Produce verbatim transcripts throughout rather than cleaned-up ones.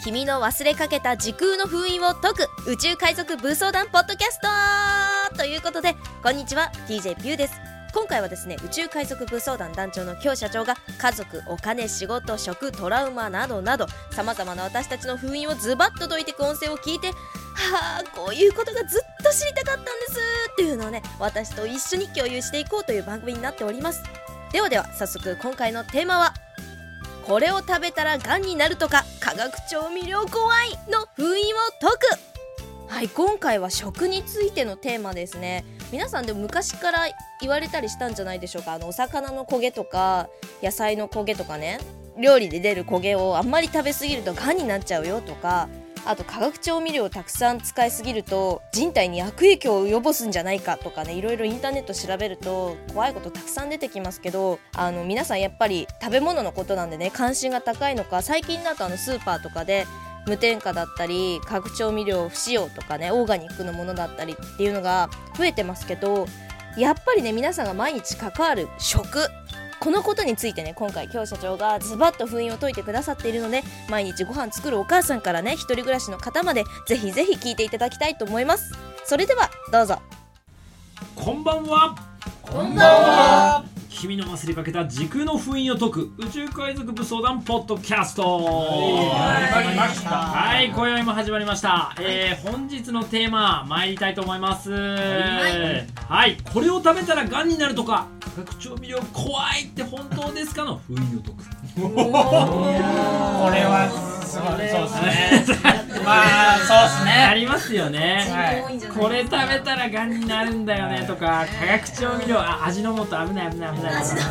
君の忘れかけた時空の封印を解く宇宙海賊武装団ポッドキャストということで、こんにちは、 ティージェー ピューです。今回はですね、宇宙海賊武装団団長の京社長が家族、お金、仕事、食、トラウマなどなど様々な私たちの封印をズバッと解いていく音声を聞いて、はあ、こういうことがずっと知りたかったんですっていうのをね、私と一緒に共有していこうという番組になっております。ではでは早速今回のテーマは、これを食べたらがんになるとか化学調味料怖いの封印を解く。はい、今回は食についてのテーマですね。皆さんでも昔から言われたりしたんじゃないでしょうか。あのお魚の焦げとか野菜の焦げとかね、料理で出る焦げをあんまり食べ過ぎるとがんになっちゃうよとか、あと化学調味料をたくさん使いすぎると人体に悪影響を及ぼすんじゃないかとかね、いろいろインターネット調べると怖いことたくさん出てきますけど、あの皆さんやっぱり食べ物のことなんでね、関心が高いのか、最近だとあのスーパーとかで無添加だったり化学調味料不使用とかね、オーガニックのものだったりっていうのが増えてますけど、やっぱりね、皆さんが毎日関わる食、このことについてね、今回京社長がズバッと封印を解いてくださっているので、毎日ご飯作るお母さんからね、一人暮らしの方までぜひぜひ聞いていただきたいと思います。それではどうぞ。 こんばんは。 こんばんは。 君の忘れかけた時空の封印を解く宇宙海賊武装団ポッドキャスト。 始まりました。 はい、今宵も始まりました、えー、本日のテーマ参りたいと思います。はい、はい、これを食べたらがんになるとか化学調味料怖いって本当ですかの封印を解く。 これはすごい、そうですね。まあそうですね。 ありますよね、 はい、 これ食べたらがんになるんだよねとか、化学調味料、あ、味の素危ない危ない危ない危ない危ない危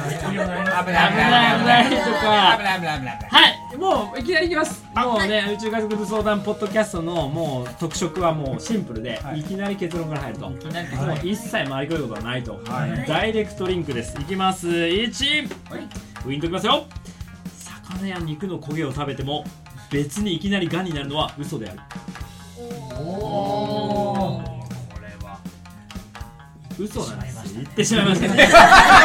ないとか、 危ない危ない危ない。 はい、もういきなりいきます。もうね、宇宙海賊武装団ポッドキャストのもう特色はもうシンプルで、いきなり結論から入ると、もう一切回りくることはないと、ダイレクトリンクです。いきます。いち、ウィンときますよ。魚や肉の焦げを食べても別にいきなりがんになるのは嘘である。 おお、これは嘘なんです。言ってしまいましたね。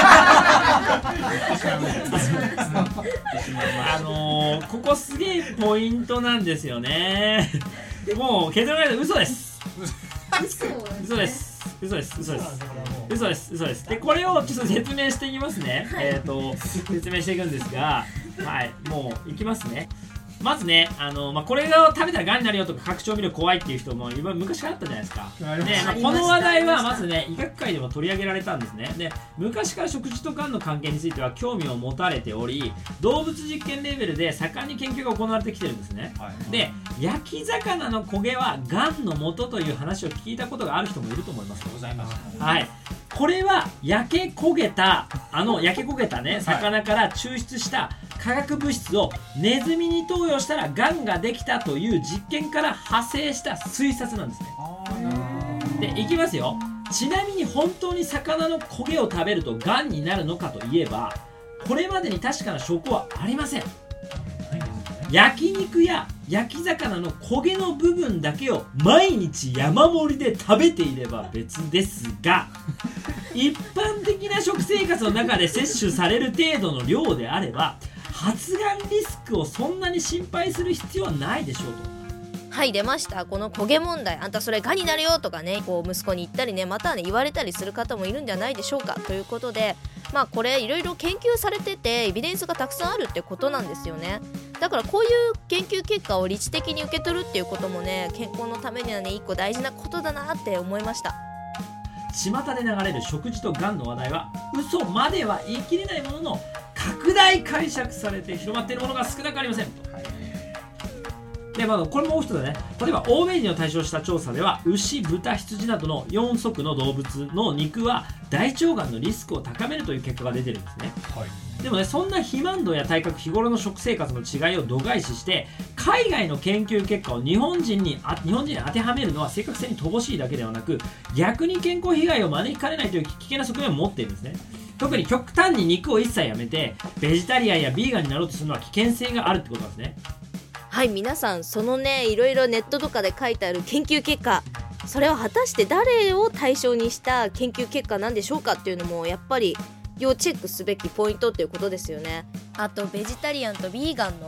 あのー、ここすげえポイントなんですよね。もう結論から嘘です。嘘です。嘘です。嘘です。嘘です。嘘です。で、これをちょっと説明していきますね。えっと説明していくんですが、はい、もういきますね。まずね、あのまあ、これを食べたらがんになるよとか化学調味料怖いっていう人も今昔からあったじゃないですか。で、まあ、この話題はまずね、医学界でも取り上げられたんですね。で、昔から食事とがんの関係については興味を持たれており、動物実験レベルで盛んに研究が行われてきてるんですね。はい、で、焼き魚の焦げはがんの元という話を聞いたことがある人もいると思います。 ございます。 はい。これは焼け焦げたあの焼け焦げたね魚から抽出した化学物質をネズミに投与したらがんができたという実験から派生した推察なんですね。で、いきますよ。ちなみに本当に魚の焦げを食べるとがんになるのかといえば、これまでに確かな証拠はありません。焼肉や焼き魚の焦げの部分だけを毎日山盛りで食べていれば別ですが、一般的な食生活の中で摂取される程度の量であれば発がんリスクをそんなに心配する必要はないでしょうと。 はい、出ました。この焦げ問題、あんたそれがんになるよとかね、こう息子に言ったりね、またはね言われたりする方もいるんじゃないでしょうかということで、まあこれいろいろ研究されててエビデンスがたくさんあるってことなんですよね。だからこういう研究結果を理知的に受け取るっていうこともね、健康のためにはね一個大事なことだなって思いました。 巷で流れる食事とがんの話題は嘘までは言い切れないものの、拡大解釈されて広まっているものが少なくありません。で、まあ、これもう一つね、例えば欧米人を対象した調査では牛、豚、羊などのよん足の動物の肉は大腸がんのリスクを高めるという結果が出てるんですね。はい、でもね、そんな肥満度や体格、日頃の食生活の違いを度外視して海外の研究結果を日本人にあ日本人に当てはめるのは正確性に乏しいだけではなく、逆に健康被害を招きかねないという危険な側面を持っているんですね。特に極端に肉を一切やめてベジタリアンやビーガンになろうとするのは危険性があるってことなんですね。 はい、皆さんそのね、いろいろネットとかで書いてある研究結果、それは果たして誰を対象にした研究結果なんでしょうかっていうのもやっぱり要チェックすべきポイントっていうことですよね。あとベジタリアンとビーガンの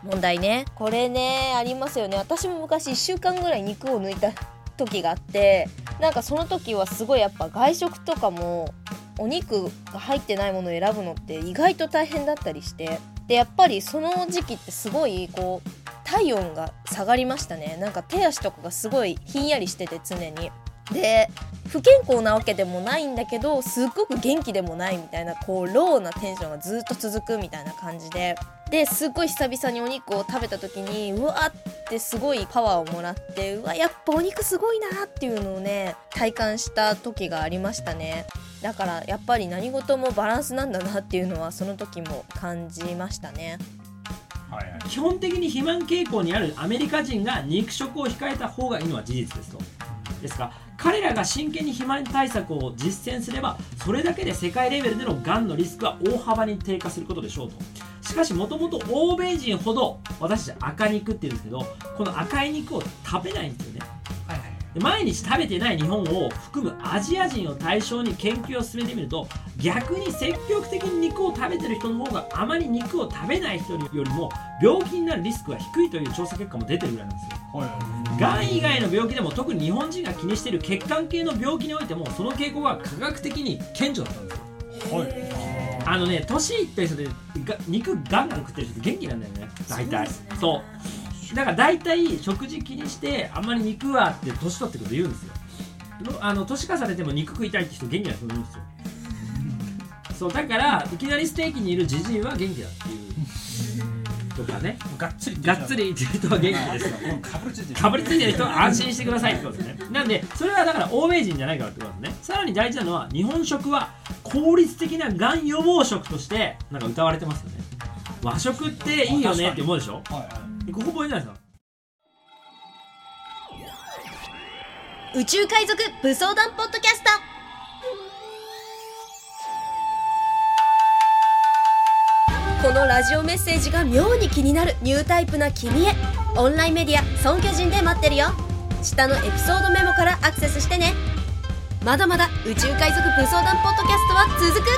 問題ね。これねありますよね。私も昔いっしゅうかんぐらい肉を抜いた時があって、なんかその時はすごいやっぱ外食とかもお肉が入ってないものを選ぶのって意外と大変だったりして、でやっぱりその時期ってすごいこう体温が下がりましたね。なんか手足とかがすごいひんやりしてて、常にで不健康なわけでもないんだけどすっごく元気でもないみたいな、こうローなテンションがずっと続くみたいな感じで、ですっごい久々にお肉を食べた時にうわーってすごいパワーをもらって、うわやっぱお肉すごいなっていうのをね体感した時がありましたね。だからやっぱり何事もバランスなんだなっていうのはその時も感じましたね。 はいはい、基本的に肥満傾向にあるアメリカ人が肉食を控えた方がいいのは事実ですと。ですが彼らが真剣に肥満対策を実践すればそれだけで世界レベルでのがんのリスクは大幅に低下することでしょうと。しかしもともと欧米人ほど私たち赤肉って言うんですけど、この赤い肉を食べないんですよね。はいはい、で毎日食べてない日本を含むアジア人を対象に研究を進めてみると、逆に積極的に肉を食べてる人の方があまり肉を食べない人よりも病気になるリスクが低いという調査結果も出てるぐらいなんですよ。がん以外の病気でも特に日本人が気にしている血管系の病気においてもその傾向が科学的に顕著だったんですよ。はい、あのね、年いってる人で肉ガンガン食ってる人って元気なんだよね、大体。そう、だから大体食事気にしてあんまり肉はって年取ってくると言うんですよ。あの年重ねても肉食いたいって人元気な人いるんですよ。そうだからいきなりステーキにいるジジイは元気だっていうとかね、がっつりがっつりいってる人は元気ですよ。かぶりついてるかぶりついてる人は安心してくださいってことですね。なんでそれはだから欧米人じゃないからってことですね。さらに大事なのは日本食は効率的ながん予防食としてなんか歌われてますよね。和食っていいよねって思うでしょ。はいはい、ここポイントなんですよ。 宇宙海賊武装団ポッドキャスト。このラジオメッセージが妙に気になるニュータイプな君へ、オンラインメディア孫巨人で待ってるよ。下のエピソードメモからアクセスしてね。まだまだ宇宙海賊武装団ポッドキャストは続く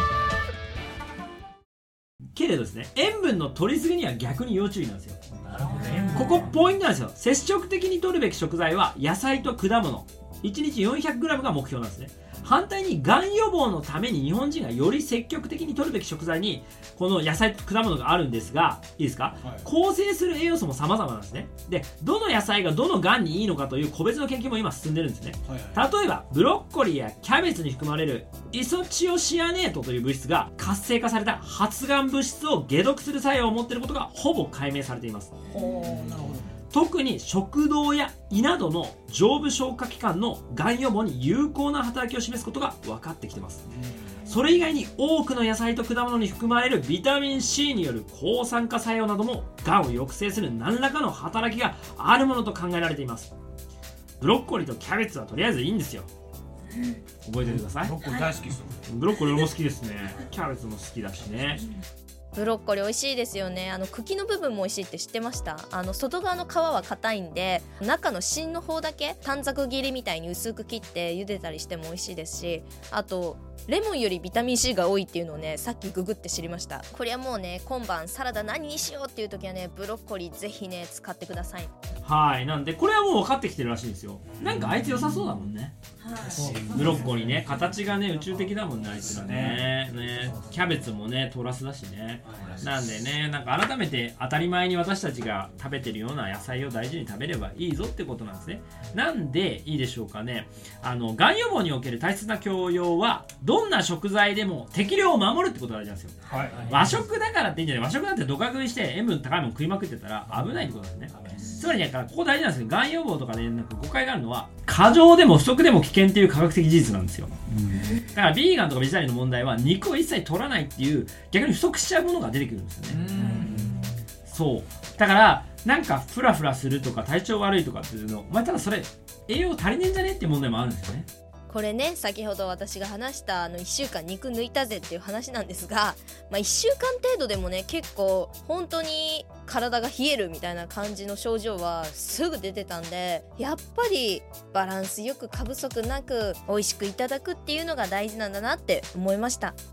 けれどですね、塩分の摂りすぎには逆に要注意なんですよ。なるほどね。ここポイントなんですよ。積極的に摂るべき食材は野菜と果物、いちにち よんひゃくグラム が目標なんですね。反対にがん予防のために日本人がより積極的に摂るべき食材にこの野菜と果物があるんですが、いいですか、はい、構成する栄養素も様々なんですね。でどの野菜がどのがんにいいのかという個別の研究も今進んでるんですね。はいはい、例えばブロッコリーやキャベツに含まれるイソチオシアネートという物質が活性化された発がん物質を解毒する作用を持っていることがほぼ解明されています。おー、なるほど。特に食道や胃などの上部消化器官のがん予防に有効な働きを示すことが分かってきています。それ以外に多くの野菜と果物に含まれるビタミン C による抗酸化作用などもがんを抑制する何らかの働きがあるものと考えられています。ブロッコリーとキャベツはとりあえずいいんですよ。覚えておいてください。ブロッコリー大好きです。ブロッコリーも好きですね。キャベツも好きだしね。 ブロッコリー美味しいですよね。あの茎の部分も美味しいって知ってました？あの外側の皮は硬いんで中の芯の方だけ短冊切りみたいに薄く切って茹でたりしても美味しいですし、あとレモンよりビタミン C が多いっていうのをねさっきググって知りました。これはもうね今晩サラダ何にしようっていう時はねブロッコリーぜひね使ってください。 はい、なんでこれはもう分かってきてるらしいんですよ。なんかあいつ良さそうだもんね。ブロッコリーね、形がね宇宙的だもんね、あいつらね。ね、キャベツもねトラスだしね。なんでね、なんか改めて当たり前に私たちが食べてるような野菜を大事に食べればいいぞってことなんですね。なんでいいでしょうかね。あのがん予防における大切な教養はどんな食材でも適量を守るってことが大事なんですよ。はい、和食だからっていいんじゃない。和食だってどか食いして塩分高いもの食いまくってたら危ないってことなんですね。つまりね、ここ大事なんですけど、がん予防とかで、ね、なんか誤解があるのは過剰でも不足でも危険っていう科学的事実なんですよ。だからビーガンとかベジタリアンの問題は肉を一切取らないっていう逆に不足しちゃうものが出てくるんですよね。そうだからなんかフラフラするとか体調悪いとかっていうの、お前ただそれ栄養足りねえんじゃねっていう問題もあるんですよね。 これね、先ほど私が話したあのいっしゅうかん肉抜いたぜっていう話なんですが、まあ、いっしゅうかん程度でもね結構本当に体が冷えるみたいな感じの症状はすぐ出てたんで、やっぱりバランスよく過不足なく美味しくいただくっていうのが大事なんだなって思いました。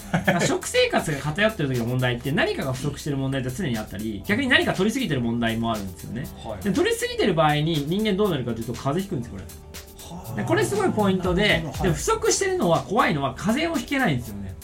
食生活が偏ってる時の問題って何かが不足してる問題って常にあったり、逆に何か取りすぎてる問題もあるんですよね、はい、で取りすぎてる場合に人間どうなるかというと風邪ひくんですよこれでこれすごいポイントで、でも不足してるのは怖いのは風邪をひけないんですよね。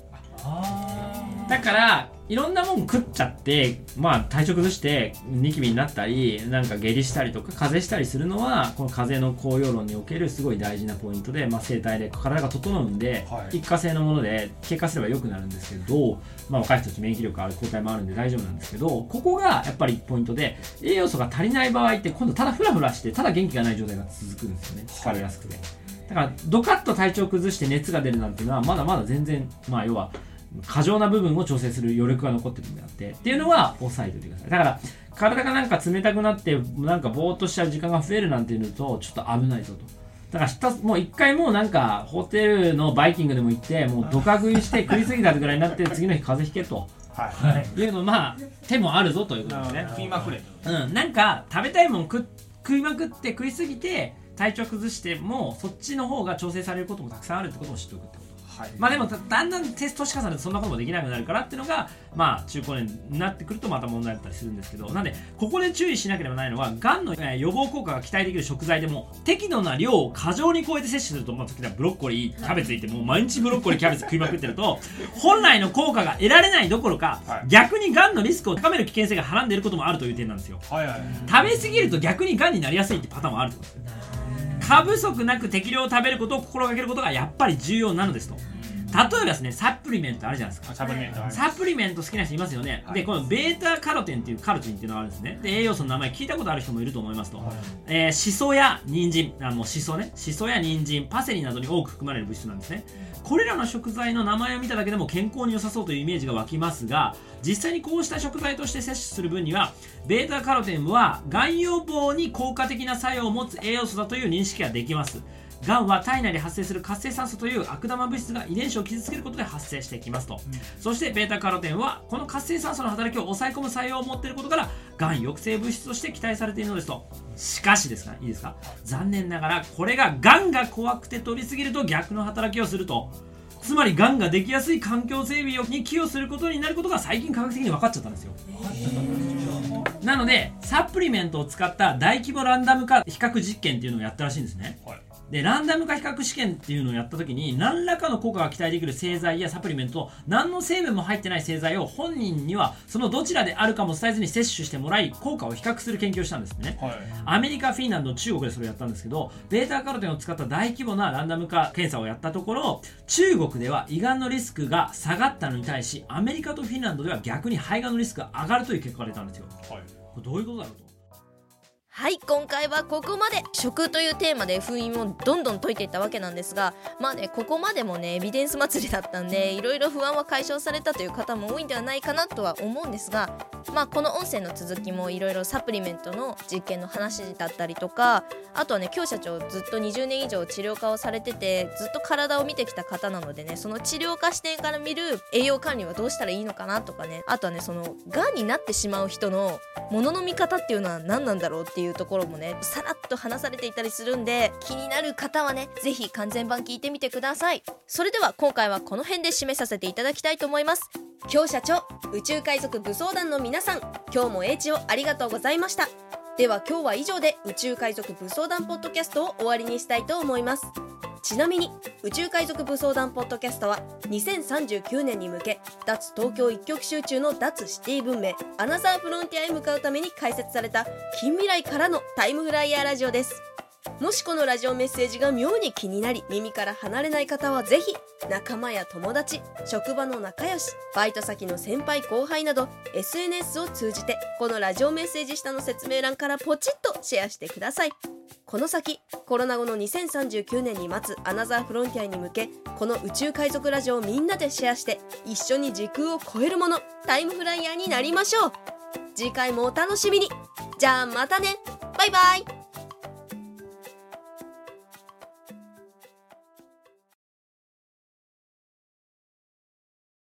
だからいろんなもん食っちゃってまあ体調崩してニキビになったりなんか下痢したりとか風邪したりするのはこの風邪の効用論におけるすごい大事なポイントで、まあ、生体で体が整うんで、はい、一過性のもので経過すれば良くなるんですけど、まあ、若い人たち免疫力ある抗体もあるんで大丈夫なんですけど、ここがやっぱりポイントで栄養素が足りない場合って今度ただフラフラしてただ元気がない状態が続くんですよね。疲れやすくて、だからドカッと体調崩して熱が出るなんていうのはまだまだ全然まあ要は過剰な部分を調整する余力が残ってるんであってっていうのは押さえておいてください。だから体がなんか冷たくなってなんかぼーっとしちゃう時間が増えるなんていうのとちょっと危ないぞと。だからもう一回もうなんかホテルのバイキングでも行ってもうドカ食いして食いすぎたぐらいになって次の日風邪ひけと、はい、いうのまあ手もあるぞということですね。 食いまくれ、 うん、なんか食べたいもん 食, 食いまくって食いすぎて体調崩してもそっちの方が調整されることもたくさんあるってことを知っておくってこと。はい、まあでもだんだんテスト年重ねてそんなこともできなくなるからっていうのがまあ中高年になってくるとまた問題だったりするんですけど、なんでここで注意しなければないのはがんの予防効果が期待できる食材でも適度な量を過剰に超えて摂取すると、まあ時々ブロッコリーキャベツいってもう毎日ブロッコリーキャベツ食いまくってると本来の効果が得られないどころか、はい、逆にがんのリスクを高める危険性がはらんでいることもあるという点なんですよ、はいはい、食べ過ぎると逆にがんになりやすいってパターンもあるってことです。過不足なく適量を食べることを心がけることがやっぱり重要なのですと。例えばですね、サプリメントあるじゃないですか。サプリメント、サプリメント好きな人いますよね、はい、でこのベータカロテンっていうカロチンっていうのがあるんですね。で栄養素の名前聞いたことある人もいると思いますと、はい、えー、シソや人参、あもうシソねシソや人参パセリなどに多く含まれる物質なんですね。これらの食材の名前を見ただけでも健康に良さそうというイメージが湧きますが、実際にこうした食材として摂取する分にはベータカロテンはがん予防に効果的な作用を持つ栄養素だという認識ができます。がんは体内で発生する活性酸素という悪玉物質が遺伝子を傷つけることで発生してきますと、うん、そしてベータカロテンはこの活性酸素の働きを抑え込む作用を持っていることからがん抑制物質として期待されているのですと。しかしですか、いいですか、残念ながらこれががんが怖くて取りすぎると逆の働きをすると、つまりがんができやすい環境整備に寄与することになることが最近科学的に分かっちゃったんですよ。なのでサプリメントを使った大規模ランダム化比較実験っていうのをやったらしいんですね、はい。でランダム化比較試験っていうのをやった時に何らかの効果が期待できる製剤やサプリメントと何の成分も入ってない製剤を本人にはそのどちらであるかも伝えずに摂取してもらい効果を比較する研究をしたんですね、はい、アメリカ、フィンランド、中国でそれをやったんですけど、ベータカロテンを使った大規模なランダム化検査をやったところ中国では胃がんのリスクが下がったのに対しアメリカとフィンランドでは逆に肺がんのリスクが上がるという結果が出たんですよ、はい、これどういうことだろうと。 はい、今回はここまで食というテーマで封印をどんどん解いていったわけなんですが、まあねここまでもねエビデンス祭りだったんでいろいろ不安は解消されたという方も多いんではないかなとは思うんですが、まあこの音声の続きもいろいろサプリメントの実験の話だったりとか、あとはね京社長ずっとにじゅうねん以上治療家をされててずっと体を見てきた方なのでね、その治療家視点から見る栄養管理はどうしたらいいのかなとかね、あとはねそのがんになってしまう人のものの見方っていうのは何なんだろうっていうところもねさらっと話されていたりするんで、気になる方はねぜひ完全版聞いてみてください。それでは今回はこの辺で締めさせていただきたいと思います。京社長、宇宙海賊武装団の皆さん、今日も英知をありがとうございました。では今日は以上で宇宙海賊武装団ポッドキャストを終わりにしたいと思います。ちなみに宇宙海賊武装団ポッドキャストはにせんさんじゅうきゅうねんに向け脱東京一極集中の脱シティ文明アナザーフロンティアへ向かうために開設された近未来からのタイムフライヤーラジオです。もしこのラジオメッセージが妙に気になり耳から離れない方はぜひ仲間や友達、職場の仲良し、バイト先の先輩後輩など エスエヌエス を通じてこのラジオメッセージ下の説明欄からポチッとシェアしてください。この先コロナ後のにせんさんじゅうきゅうねんに待つアナザーフロンティアに向けこの宇宙海賊ラジオをみんなでシェアして一緒に時空を超えるものタイムフライヤーになりましょう。次回もお楽しみに。じゃあまたね、バイバイ。